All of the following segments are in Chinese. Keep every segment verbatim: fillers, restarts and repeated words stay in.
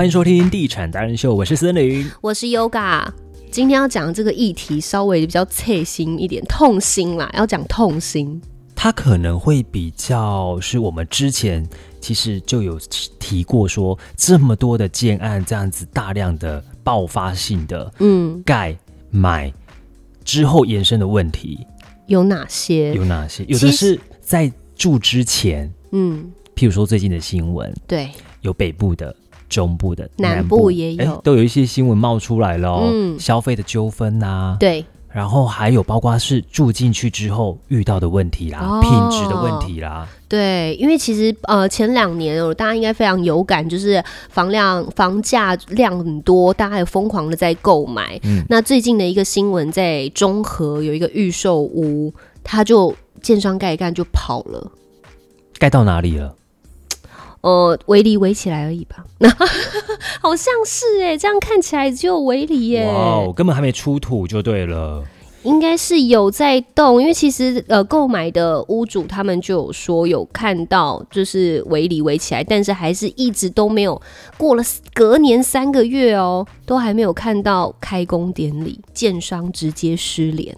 欢迎收听地产达人秀，我是森林， 我是 Yoga。今天要讲这个议题稍微比较刺心一点，痛心啦，要讲痛心。 它可能会比较是我们之前其实就有提过说，这么多的建案这样子大量的爆发性的嗯盖买之后延伸的问题有哪些？ 有哪些？有的是在住之前，嗯，譬如说最近的新闻，对，有北部的。中部的南部也有， 都有一些新闻冒出来了、哦嗯、消费的纠纷啊，对，然后还有包括是住进去之后遇到的问题啦、哦、品质的问题啦。 对，因为其实呃前两年大家应该非常有感，就是房量房价量很多，大家也疯狂的在购买、嗯、那最近的一个新闻，在中和有一个预售屋，它就建商盖一盖就跑了。 盖到哪里了？ 呃，围篱围起来而已吧，好像是哎，这样看起来只有围篱耶， 哇，根本还没出土就对了， 应该是有在动，因为其实呃，购买的屋主他们就有说有看到就是围篱围起来，但是还是一直都没有过了隔年三个月哦，都还没有看到开工典礼，建商直接失联。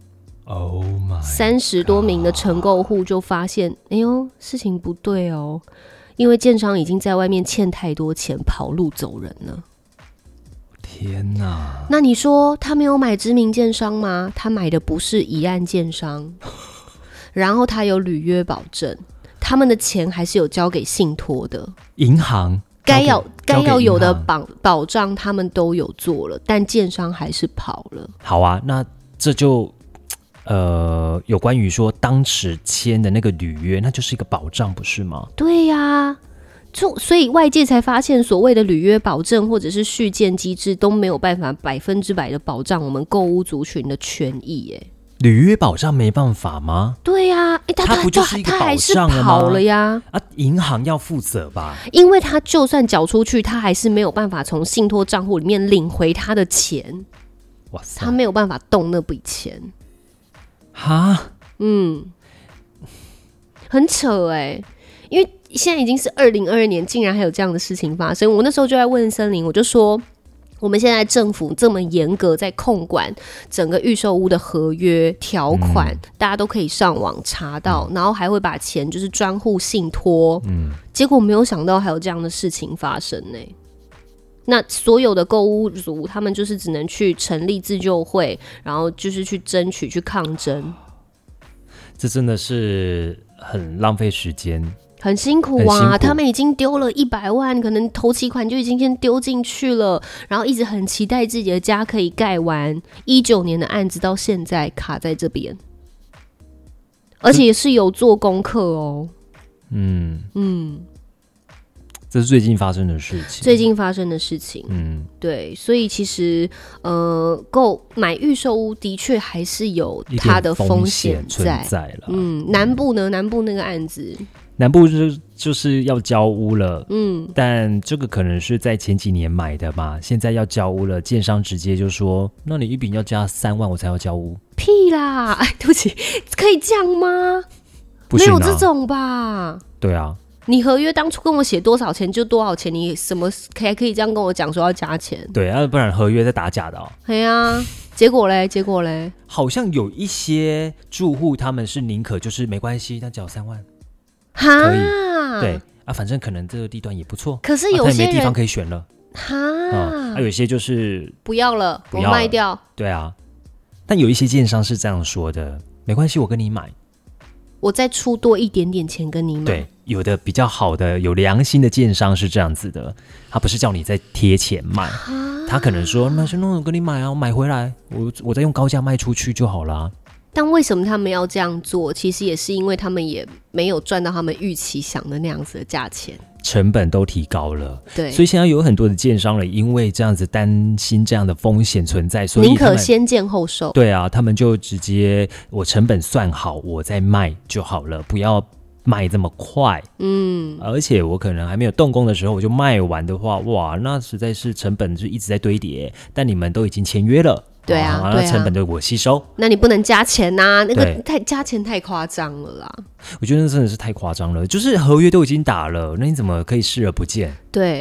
Oh my， 三十多名的承购户就发现，哎呦，事情不对哦。因为建商已经在外面欠太多钱，跑路走人了。 天哪！ 那你说他没有买知名建商吗？他买的不是一案建商，然后他有履约保证，他们的钱还是有交给信托的银行， 该要该要有的保保障他们都有做了，但建商还是跑了。 好啊，那这就。呃，有关于说当时签的那个履约，那就是一个保障，不是吗？ 对呀、啊，就所以外界才发现，所谓的履约保证或者是续建机制都没有办法百分之百的保障我们购屋族群的权益耶。 履约保障没办法吗？ 对呀、啊， 它不就是一个保障了吗？ 他还是跑了呀！ 啊，银行要负责吧？ 因为他就算缴出去，他还是没有办法从信托账户里面领回他的钱。哇塞，他没有办法动那笔钱。 哈， 嗯，很扯哎、欸，因为现在已经是二零二二年，竟然还有这样的事情发生。我那时候就在问森林，我就说，我们现在政府这么严格在控管整个预售屋的合约条款、嗯，大家都可以上网查到，嗯、然后还会把钱就是专户信托，嗯，结果没有想到还有这样的事情发生呢、欸。那所有的购屋族，他们就是只能去成立自救会，然后就是去争取、去抗争。 这真的是很浪费时间， 很辛苦啊！他们已经丢了一百万，可能头期款就已经先丢进去了，然后一直很期待自己的家可以盖完。一九年的案子到现在卡在这边，而且也是有做功课哦。嗯嗯。 这是最近发生的事情。 最近发生的事情，嗯，对，所以其实呃，购买预售屋的确还是有它的风险存在了。 嗯，南部呢？南部那个案子， 南部就就是要交屋了，嗯，但这个可能是在前几年买的吧，现在要交屋了，建商直接就说，那你一笔要加三万，我才要交屋。 屁啦！哎，对不起，可以这样吗？不行啊，没有这种吧？ 对啊。 你合约当初跟我写多少钱就多少钱，你什么还可以这样跟我讲说要加钱？ 对啊，不然合约在打假的哦。 对啊，结果嘞，结果嘞， 好像有一些住户他们是宁可就是没关系，那缴三万， 哈， 可以，对啊，反正可能这个地段也不错， 可是有些人、 啊、他也没地方可以选了， 哈， 啊，有一些就是不要了， 不要了， 我卖掉， 对啊，但有一些建商是这样说的，没关系，我跟你买。 我再出多一点点钱跟你买。 对，有的比较好的有良心的建商是这样子的，他不是叫你再贴钱卖，他可能说那那我跟你买啊，我买回来我我再用高价卖出去就好啦。 但为什么他们要这样做？其实也是因为他们也没有赚到他们预期想的那样子的价钱， 成本都提高了。 对， 所以现在有很多的建商了，因为这样子担心这样的风险存在，所以宁可先建后售。 对啊，他们就直接我成本算好，我再卖就好了，不要卖这么快。嗯，而且我可能还没有动工的时候我就卖完的话，哇，那实在是成本就一直在堆叠。但你们都已经签约了。 对啊， 哦、那成本就我吸收， 那你不能加钱呐、啊，那个太加钱太夸张了啦。 我觉得那真的是太夸张了，就是合约都已经打了，那你怎么可以视而不见？ 对，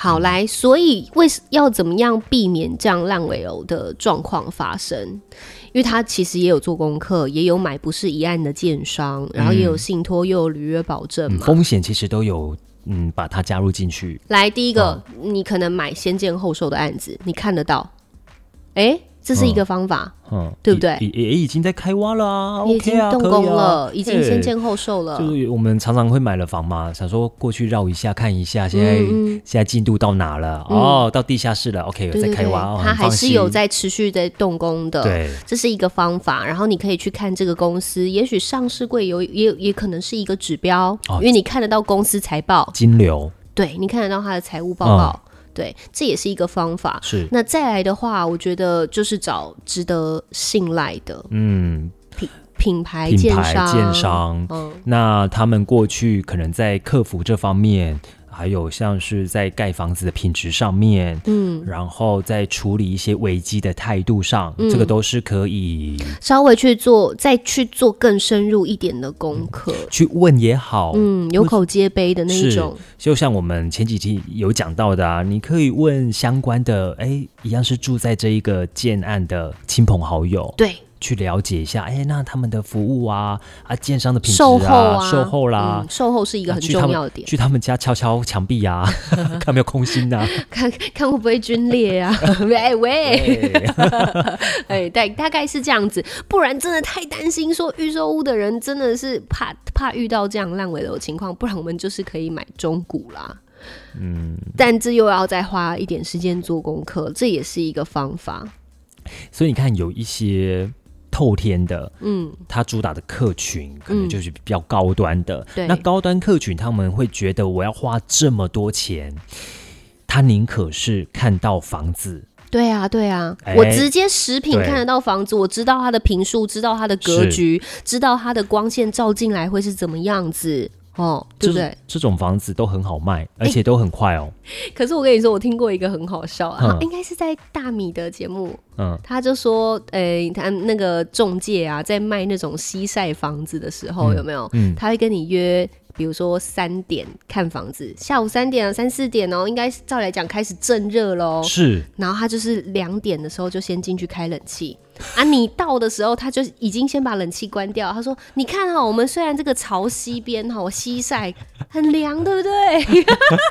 好，嗯、来，所以为要怎么样避免这样烂尾楼的状况发生？因为他其实也有做功课，也有买不是一案的建商，然后也有信托，又有履约保证嘛， 嗯、风险其实都有。嗯，把它加入进去。来， 第一个、嗯，你可能买先建后售的案子，你看得到，哎、欸，这是一个方法，嗯，对不对？ 也也已经在开挖了啊， 已经动工了， 啊、 已经先建后售了。 就是我们常常会买了房嘛，想说过去绕一下看一下，现在、嗯、现在进度到哪了？嗯、哦，到地下室了 ，OK， 有在开挖， 对对对，它还是有在持续在动工的。 对， 这是一个方法。然后你可以去看这个公司，也许上市柜有也也可能是一个指标，哦、因为你看得到公司财报、 金流。 对，你看得到他的财务报告、嗯，对，这也是一个方法。 是， 那再来的话，我觉得就是找值得信赖的，嗯，品品牌建商， 品牌建商，嗯，那他们过去可能在客服这方面。还有像是在盖房子的品质上面，嗯，然后在处理一些危机的态度上、嗯，这个都是可以稍微去做，再去做更深入一点的功课、嗯， 去问也好， 嗯，有口皆碑的那一种。 就像我们前几期有讲到的啊，你可以问相关的，哎，一样是住在这一个建案的亲朋好友， 对。 去了解一下，哎，那他们的服务啊，啊，建商的品质啊，售后啊， 售后啦、嗯， 售后是一个很重要的点。 去他们家敲敲墙壁啊，看有没有空心啊， 看看会不会皲裂啊，喂喂，哎，大大概是这样子，不然真的太担心说预售屋的人真的是怕怕遇到这样烂尾楼的情况，不然我们就是可以买中古啦。嗯，但这又要再花一点时间做功课，这也是一个方法。 所以你看，有一些。透天的，嗯，它主打的客群可能就是比较高端的。 对、嗯， 那高端客群他们会觉得我要花这么多钱，他宁可是看到房子。 对啊，对啊，欸、我直接实品看得到房子，我知道它的坪数，知道它的格局，知道它的光线照进来会是怎么样子。哦，对不对？ 这, 这种房子都很好卖，而且都很快哦。 欸、可是我跟你说，我听过一个很好笑啊，嗯、应该是在大米的节目，嗯，他就说，诶、欸，他那个仲介啊，在卖那种西晒房子的时候，嗯、有没有？嗯，他会跟你约。比如说三点看房子，下午三点啊，三四点哦，应该照来讲开始正热咯。 是， 然后他就是两点的时候就先进去开冷气啊，你到的时候他就已经先把冷气关掉。他说：“你看哈、哦，我们虽然这个朝西边哈，西晒很凉，对不对？”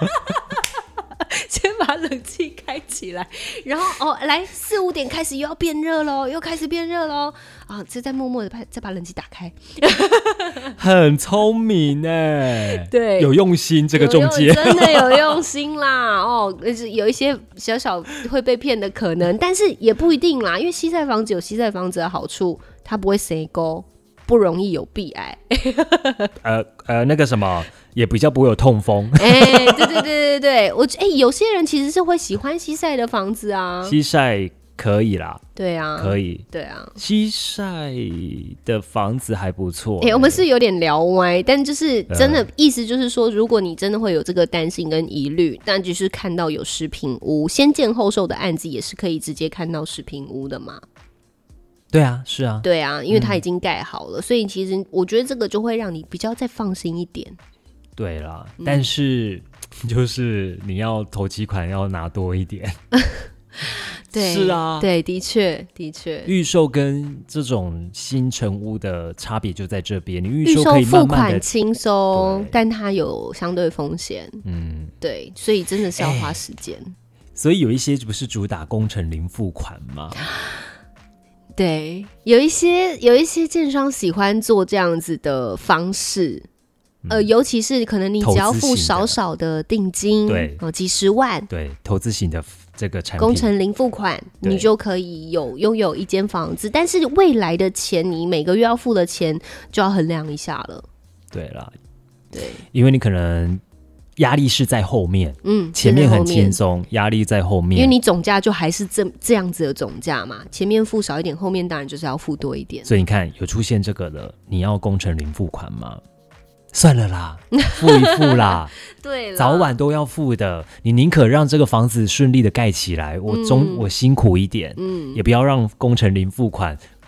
先把冷气开起来，然后哦，来四五点开始又要变热咯，又开始变热咯啊！就再默默的再把冷气打开， 很聪明哎， 对， 有用心这个中介， 真的有用心啦哦，有一些小小会被骗的可能，但是也不一定啦，因为西晒房子有西晒房子的好处，它不会塞沟，不容易有壁癌。 呃呃，那个什么。也比较不会有痛风。 哎、欸，对对对对对，我哎、欸，有些人其实是会喜欢西晒的房子啊。 西晒可以啦， 对啊， 可以， 对啊， 西晒的房子还不错、欸。 哎、欸，我们是有点聊歪，但就是真的、呃、意思就是说，如果你真的会有这个担心跟疑虑，那就是看到有实品屋先建后售的案子，也是可以直接看到实品屋的嘛。 对啊，是啊， 对啊，因为它已经盖好了、嗯，所以其实我觉得这个就会让你比较再放心一点。 对啦、嗯，但是就是你要头期款要拿多一点。 对， 是啊， 对，的确，的确， 预售跟这种新成屋的差别就在这边。你预售可以慢慢的付款轻松，但它有相对风险。嗯，对，所以真的是要花时间、欸。 所以有一些不是主打工程零付款吗？ 对，有一些有一些建商喜欢做这样子的方式。呃，尤其是可能你只要付少少的定金， 对、 呃，几十万， 对，投资型的这个产品， 工程零付款，你就可以有拥有一间房子，但是未来的钱，你每个月要付的钱就要衡量一下了。 对啦， 对， 因为你可能压力是在后面，嗯，前面很轻松，压力在后面， 因为你总价就还是这这样子的总价嘛，前面付少一点，后面当然就是要付多一点。 所以你看，有出现这个了，你要工程零付款吗？算了啦，付一付啦， 对啦， 早晚都要付的。你宁可让这个房子顺利的盖起来，我中、嗯、我辛苦一点，嗯，也不要让工程零付款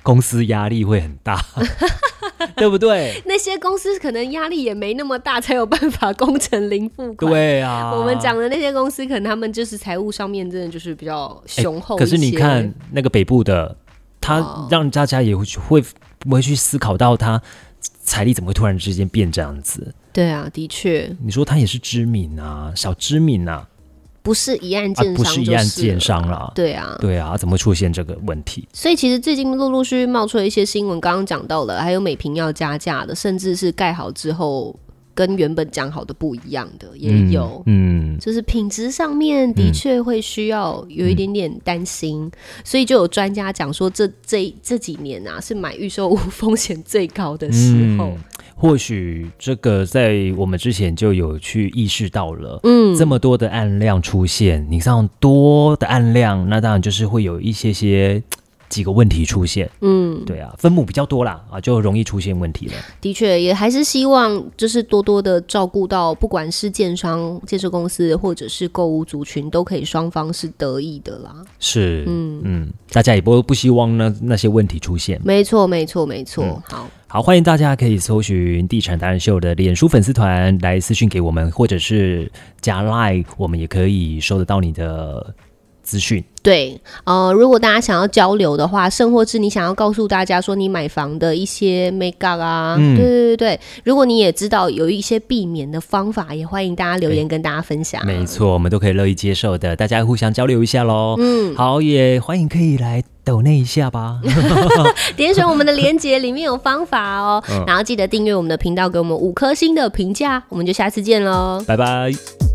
公司压力会很大。对不对？ 那些公司可能压力也没那么大，才有办法工程零付款。 对啊， 我们讲的那些公司，可能他们就是财务上面真的就是比较雄厚一些、欸、 可是你看那个北部的，他让大家也会会不会去思考到他财力怎么会突然之间变这样子？ 对啊，的确。 你说他也是知名啊，小知名啊。 不是一案建商、啊， 不是一案建商啦。 对啊， 对啊，怎么会出现这个问题？ 所以其实最近陆陆续续冒出了一些新闻，刚刚讲到了，还有美平要加价的，甚至是盖好之后跟原本讲好的不一样的也有。嗯，嗯就是品质上面的确会需要有一点点担心，嗯、所以就有专家讲说这，这这几年啊是买预售屋风险最高的时候。嗯或许这个在我们之前就有去意识到了，嗯，这么多的案量出现，你像多的案量，那当然就是会有一些些几个问题出现，嗯，对啊，分母比较多啦，啊，就容易出现问题了。 的确，也还是希望就是多多的照顾到，不管是建商、建设公司或者是购屋族群，都可以双方是得益的啦。 是，嗯嗯，大家也不不希望那那些问题出现。 没错，没错，没错。嗯、好。 好，欢迎大家可以搜寻地产达人秀的脸书粉丝团来私讯给我们，或者是加 LINE， 我们也可以收得到你的资讯。 对，呃，如果大家想要交流的话，甚或是你想要告诉大家说你买房的一些 make up 啊，嗯、对对对对，如果你也知道有一些避免的方法，也欢迎大家留言跟大家分享。 没错，我们都可以乐意接受的，大家互相交流一下咯。嗯，好，也欢迎可以来抖内一下吧。 点选我们的连结，里面有方法哦。嗯、然后记得订阅我们的频道，给我们五颗星的评价，我们就下次见咯， 拜拜。